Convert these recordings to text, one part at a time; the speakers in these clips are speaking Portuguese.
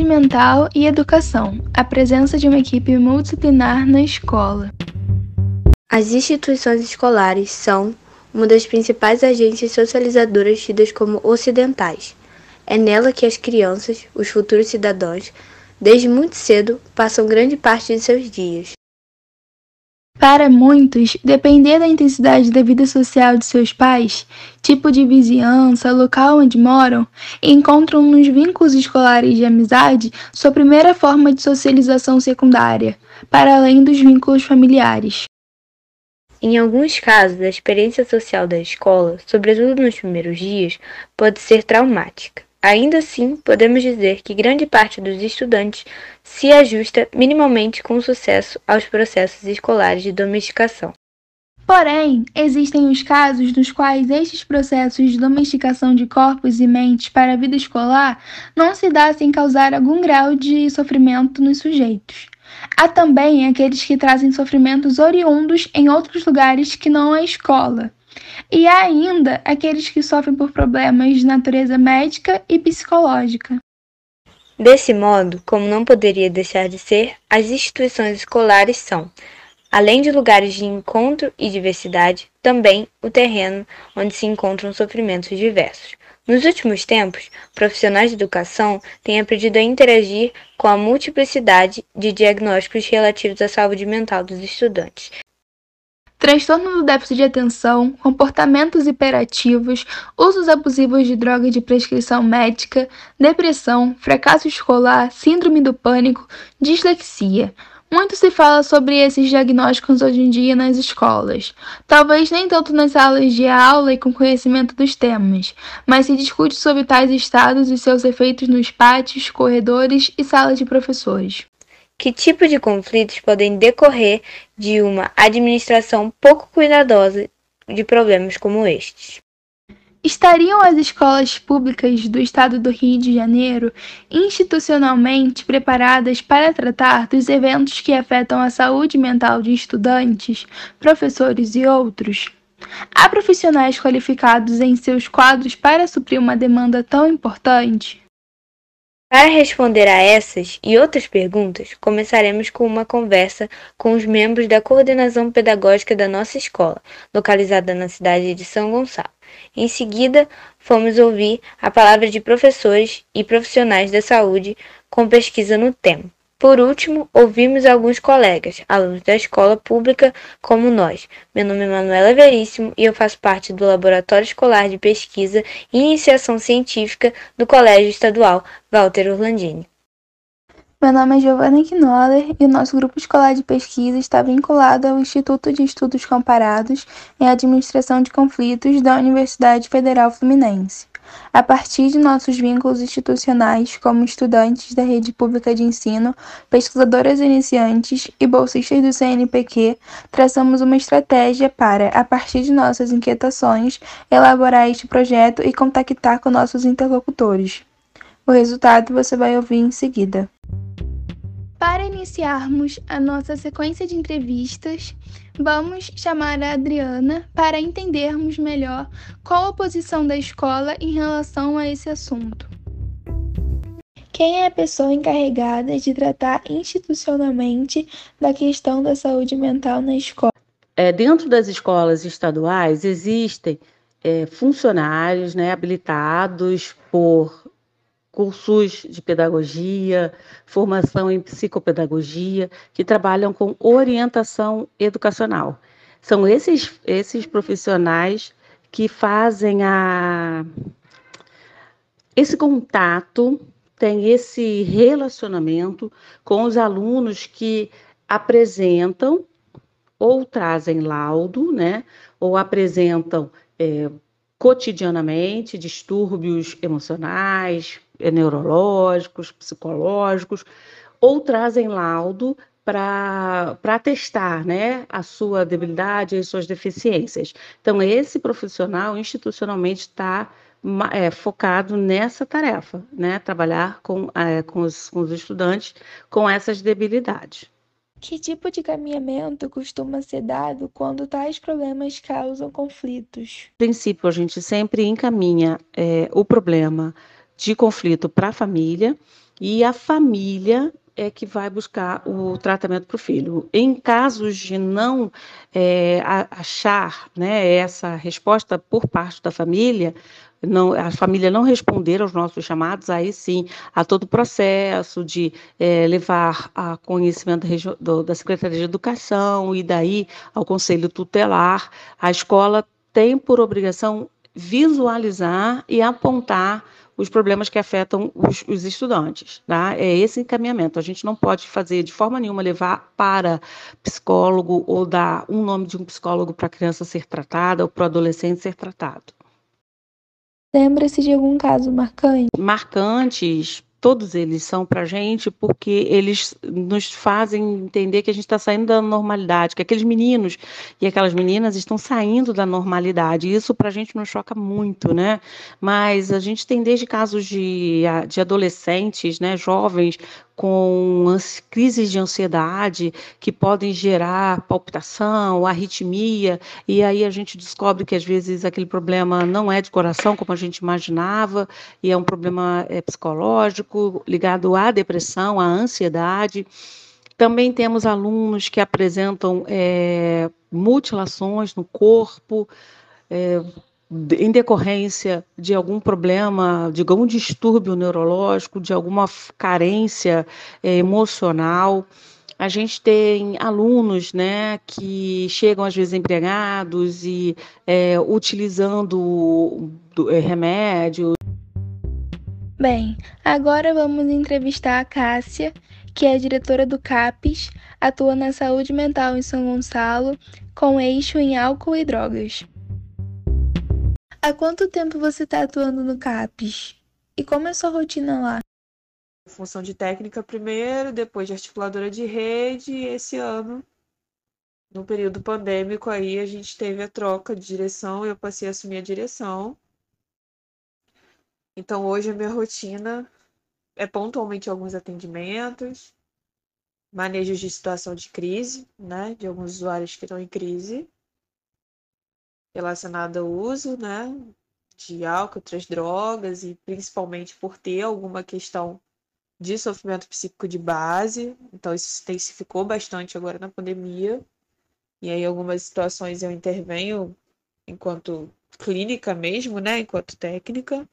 saúde mental e educação, a presença de uma equipe multidisciplinar na escola. As instituições escolares são uma das principais agências socializadoras tidas como ocidentais. É nela que as crianças, os futuros cidadãos, desde muito cedo, passam grande parte de seus dias. Para muitos, depender da intensidade da vida social de seus pais, tipo de vizinhança, local onde moram, encontram nos vínculos escolares de amizade sua primeira forma de socialização secundária, para além dos vínculos familiares. Em alguns casos, a experiência social da escola, sobretudo nos primeiros dias, pode ser traumática. Ainda assim, podemos dizer que grande parte dos estudantes se ajusta minimamente com sucesso aos processos escolares de domesticação. Porém, existem os casos nos quais estes processos de domesticação de corpos e mentes para a vida escolar não se dá sem causar algum grau de sofrimento nos sujeitos. Há também aqueles que trazem sofrimentos oriundos em outros lugares que não a escola. E há ainda aqueles que sofrem por problemas de natureza médica e psicológica. Desse modo, como não poderia deixar de ser, as instituições escolares são, além de lugares de encontro e diversidade, também o terreno onde se encontram sofrimentos diversos. Nos últimos tempos, profissionais de educação têm aprendido a interagir com a multiplicidade de diagnósticos relativos à saúde mental dos estudantes. Transtorno do déficit de atenção, comportamentos hiperativos, usos abusivos de drogas de prescrição médica, depressão, fracasso escolar, síndrome do pânico, dislexia. Muito se fala sobre esses diagnósticos hoje em dia nas escolas. Talvez nem tanto nas salas de aula e com conhecimento dos temas, mas se discute sobre tais estados e seus efeitos nos pátios, corredores e salas de professores. Que tipo de conflitos podem decorrer de uma administração pouco cuidadosa de problemas como estes? Estariam as escolas públicas do estado do Rio de Janeiro institucionalmente preparadas para tratar dos eventos que afetam a saúde mental de estudantes, professores e outros? Há profissionais qualificados em seus quadros para suprir uma demanda tão importante? Para responder a essas e outras perguntas, começaremos com uma conversa com os membros da coordenação pedagógica da nossa escola, localizada na cidade de São Gonçalo. Em seguida, fomos ouvir a palavra de professores e profissionais da saúde com pesquisa no tema. Por último, ouvimos alguns colegas, alunos da escola pública como nós. Meu nome é Manuela Veríssimo e eu faço parte do Laboratório Escolar de Pesquisa e Iniciação Científica do Colégio Estadual Walter Orlandini. Meu nome é Giovanna Knoller e o nosso grupo escolar de pesquisa está vinculado ao Instituto de Estudos Comparados em Administração de Conflitos da Universidade Federal Fluminense. A partir de nossos vínculos institucionais como estudantes da rede pública de ensino, pesquisadoras iniciantes e bolsistas do CNPq, traçamos uma estratégia para, a partir de nossas inquietações, elaborar este projeto e contactar com nossos interlocutores. O resultado você vai ouvir em seguida. Para iniciarmos a nossa sequência de entrevistas, vamos chamar a Adriana para entendermos melhor qual a posição da escola em relação a esse assunto. Quem é a pessoa encarregada de tratar institucionalmente da questão da saúde mental na escola? Dentro das escolas estaduais existem funcionários, habilitados por cursos de pedagogia, formação em psicopedagogia, que trabalham com orientação educacional. São esses profissionais que fazem esse contato, tem esse relacionamento com os alunos que apresentam ou trazem laudo, ou apresentam cotidianamente distúrbios emocionais, neurológicos, psicológicos, ou trazem laudo para atestar, a sua debilidade e as suas deficiências. Então, esse profissional institucionalmente está focado nessa tarefa, trabalhar com os estudantes com essas debilidades. Que tipo de caminhamento costuma ser dado quando tais problemas causam conflitos? No princípio, a gente sempre encaminha o problema de conflito para a família, e a família é que vai buscar o tratamento para o filho. Em casos de não achar, né, essa resposta por parte da família, não, a família não responder aos nossos chamados, aí sim, há todo o processo de levar a conhecimento da Secretaria de Educação e daí ao Conselho Tutelar. A escola tem por obrigação visualizar e apontar os problemas que afetam os estudantes, tá? É esse encaminhamento. A gente não pode fazer de forma nenhuma levar para psicólogo ou dar um nome de um psicólogo para a criança ser tratada ou para o adolescente ser tratado. Lembra-se de algum caso marcante? Marcantes, todos eles são para a gente porque eles nos fazem entender que a gente está saindo da normalidade, que aqueles meninos e aquelas meninas estão saindo da normalidade. E isso para a gente nos choca muito, né? Mas a gente tem desde casos de adolescentes, né, jovens, com crises de ansiedade que podem gerar palpitação, arritmia, e aí a gente descobre que às vezes aquele problema não é de coração, como a gente imaginava, e é um problema psicológico ligado à depressão, à ansiedade. Também temos alunos que apresentam mutilações no corpo, em decorrência de algum problema, de algum distúrbio neurológico, de alguma carência emocional. A gente tem alunos, né, que chegam às vezes embriagados e utilizando remédio. Bem, agora vamos entrevistar a Cássia, que é diretora do CAPES, atua na saúde mental em São Gonçalo, com eixo em álcool e drogas. Há quanto tempo você está atuando no CAPES? E como é sua rotina lá? Função de técnica primeiro, depois de articuladora de rede, e esse ano, no período pandêmico, aí a gente teve a troca de direção e eu passei a assumir a direção. Então hoje a minha rotina é pontualmente alguns atendimentos, manejos de situação de crise, né, de alguns usuários que estão em crise, relacionado ao uso, né, de álcool, outras drogas, e principalmente por ter alguma questão de sofrimento psíquico de base. Então isso se intensificou bastante agora na pandemia. E aí algumas situações eu intervenho enquanto clínica mesmo, né, enquanto técnica.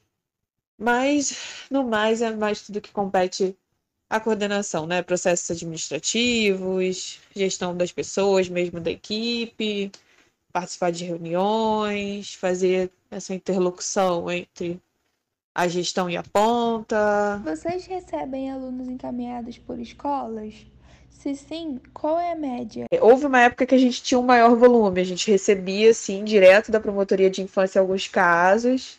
Mas no mais é mais tudo que compete à coordenação, né, processos administrativos, gestão das pessoas, mesmo da equipe, participar de reuniões, fazer essa interlocução entre a gestão e a ponta. Vocês recebem alunos encaminhados por escolas? Se sim, qual é a média? Houve uma época que a gente tinha um maior volume, a gente recebia, assim, direto da promotoria de infância em alguns casos,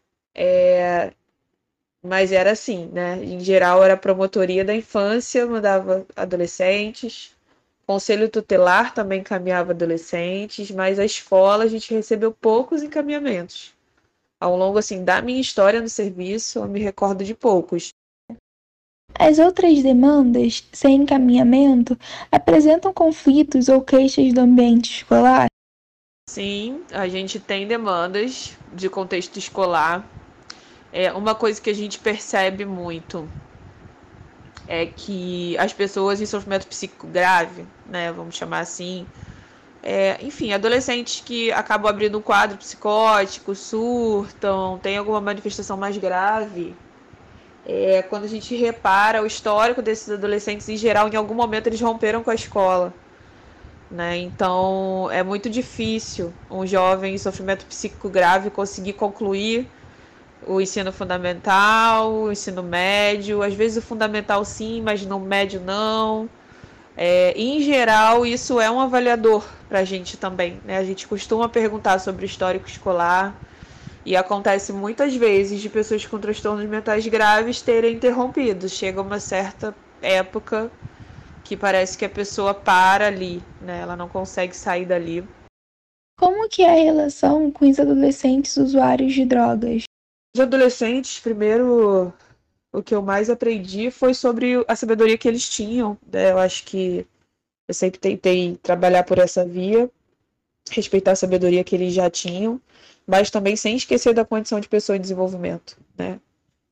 mas era assim, né? Em geral era a promotoria da infância, mandava adolescentes, conselho tutelar também encaminhava adolescentes, mas a escola a gente recebeu poucos encaminhamentos. Ao longo, assim, da minha história no serviço, eu me recordo de poucos. As outras demandas, sem encaminhamento, apresentam conflitos ou queixas do ambiente escolar? Sim, a gente tem demandas de contexto escolar. Uma coisa que a gente percebe muito é que as pessoas em sofrimento psíquico grave, né, vamos chamar assim, enfim, adolescentes que acabam abrindo um quadro psicótico, surtam, tem alguma manifestação mais grave. Quando a gente repara o histórico desses adolescentes, em geral, em algum momento eles romperam com a escola, né? Então é muito difícil um jovem em sofrimento psíquico grave conseguir concluir o ensino fundamental, o ensino médio, às vezes o fundamental sim, mas no médio não. Em geral, isso é um avaliador para a gente também, né? A gente costuma perguntar sobre o histórico escolar e acontece muitas vezes de pessoas com transtornos mentais graves terem interrompido. Chega uma certa época que parece que a pessoa para ali, né? Ela não consegue sair dali. Como que é a relação com os adolescentes usuários de drogas? Os adolescentes, primeiro, o que eu mais aprendi foi sobre a sabedoria que eles tinham, né? Eu acho que eu sempre tentei trabalhar por essa via, respeitar a sabedoria que eles já tinham, mas também sem esquecer da condição de pessoa em desenvolvimento, né?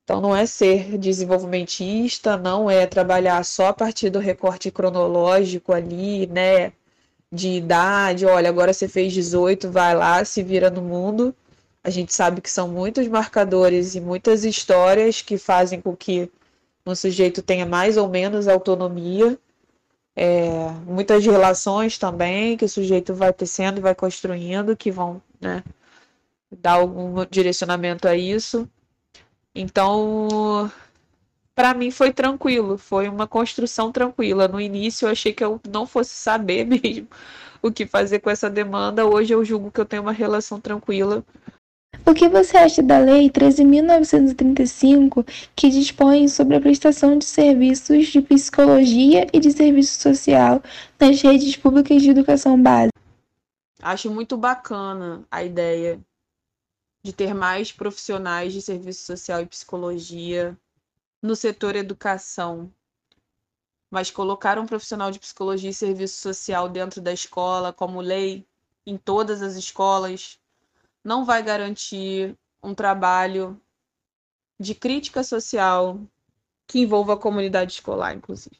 Então, não é ser desenvolvimentista, não é trabalhar só a partir do recorte cronológico ali, né? De idade, olha, agora você fez 18, vai lá, se vira no mundo. A gente sabe que são muitos marcadores e muitas histórias que fazem com que um sujeito tenha mais ou menos autonomia. Muitas relações também que o sujeito vai tecendo e vai construindo, que vão, né, dar algum direcionamento a isso. Então, para mim foi tranquilo, foi uma construção tranquila. No início eu achei que eu não fosse saber mesmo o que fazer com essa demanda. Hoje eu julgo que eu tenho uma relação tranquila. O que você acha da Lei 13.935, que dispõe sobre a prestação de serviços de psicologia e de serviço social nas redes públicas de educação básica? Acho muito bacana a ideia de ter mais profissionais de serviço social e psicologia no setor educação. Mas colocar um profissional de psicologia e serviço social dentro da escola, como lei, em todas as escolas, não vai garantir um trabalho de crítica social que envolva a comunidade escolar, inclusive.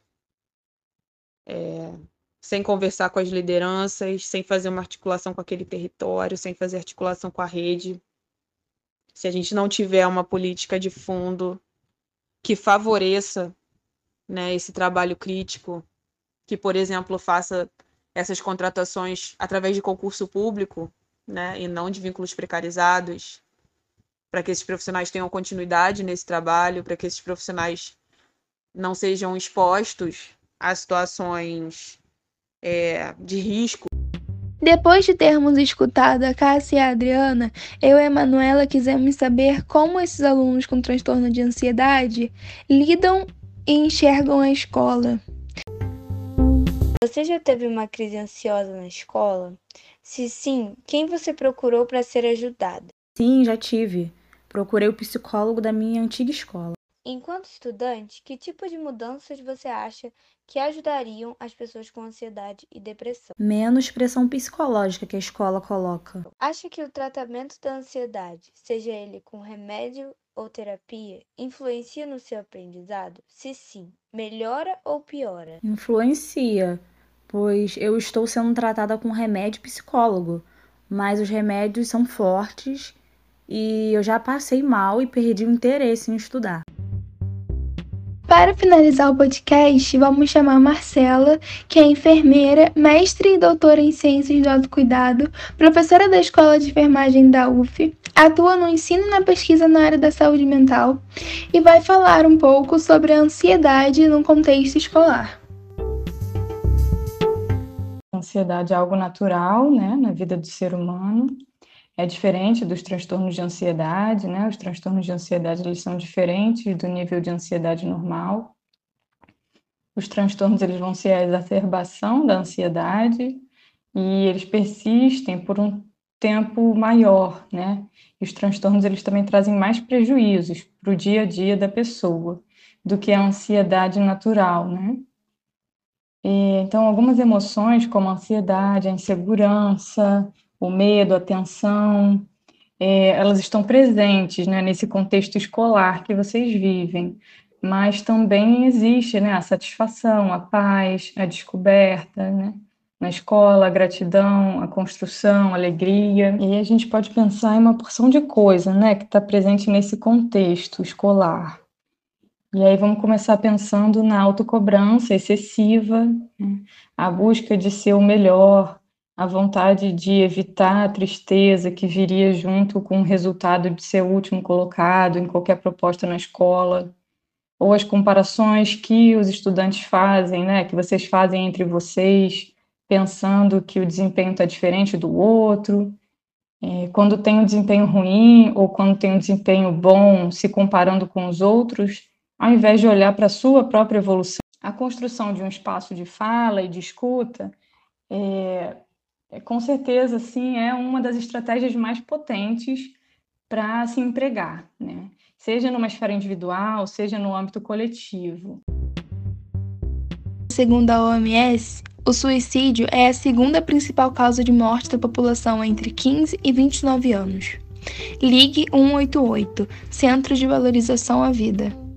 Sem conversar com as lideranças, sem fazer uma articulação com aquele território, sem fazer articulação com a rede. Se a gente não tiver uma política de fundo que favoreça, né, esse trabalho crítico, que, por exemplo, faça essas contratações através de concurso público, né, e não de vínculos precarizados, para que esses profissionais tenham continuidade nesse trabalho, para que esses profissionais não sejam expostos a situações de risco. Depois de termos escutado a Cássia e a Adriana, eu e a Manuela quisemos saber como esses alunos com transtorno de ansiedade lidam e enxergam a escola. Você já teve uma crise ansiosa na escola? Se sim, quem você procurou para ser ajudada? Sim, já tive. Procurei o psicólogo da minha antiga escola. Enquanto estudante, que tipo de mudanças você acha que ajudariam as pessoas com ansiedade e depressão? Menos pressão psicológica que a escola coloca. Acha que o tratamento da ansiedade, seja ele com remédio ou terapia, influencia no seu aprendizado? Se sim, melhora ou piora? Influencia, pois eu estou sendo tratada com remédio psicólogo, mas os remédios são fortes e eu já passei mal e perdi o interesse em estudar. Para finalizar o podcast, vamos chamar a Marcela, que é enfermeira, mestre e doutora em Ciências do Autocuidado, professora da Escola de Enfermagem da UF, atua no ensino e na pesquisa na área da saúde mental e vai falar um pouco sobre a ansiedade no contexto escolar. A ansiedade é algo natural, né, na vida do ser humano. É diferente dos transtornos de ansiedade, né? Os transtornos de ansiedade, eles são diferentes do nível de ansiedade normal. Os transtornos, eles vão ser a exacerbação da ansiedade e eles persistem por um tempo maior, né? E os transtornos, eles também trazem mais prejuízos para o dia a dia da pessoa do que a ansiedade natural, né? Então, algumas emoções, como a ansiedade, a insegurança, o medo, a tensão, elas estão presentes, né, nesse contexto escolar que vocês vivem, mas também existe, né, a satisfação, a paz, a descoberta, né, na escola, a gratidão, a construção, a alegria. E aí a gente pode pensar em uma porção de coisa, né, que está presente nesse contexto escolar. E aí vamos começar pensando na autocobrança excessiva, né, a busca de ser o melhor, a vontade de evitar a tristeza que viria junto com o resultado de ser o último colocado em qualquer proposta na escola, ou as comparações que os estudantes fazem, né, que vocês fazem entre vocês, pensando que o desempenho está diferente do outro, quando tem um desempenho ruim ou quando tem um desempenho bom, se comparando com os outros, ao invés de olhar para a sua própria evolução. A construção de um espaço de fala e de escuta com certeza, sim, é uma das estratégias mais potentes para se empregar, né? Seja numa esfera individual, seja no âmbito coletivo. Segundo a OMS, o suicídio é a segunda principal causa de morte da população entre 15 e 29 anos. Ligue 188, Centro de Valorização à Vida.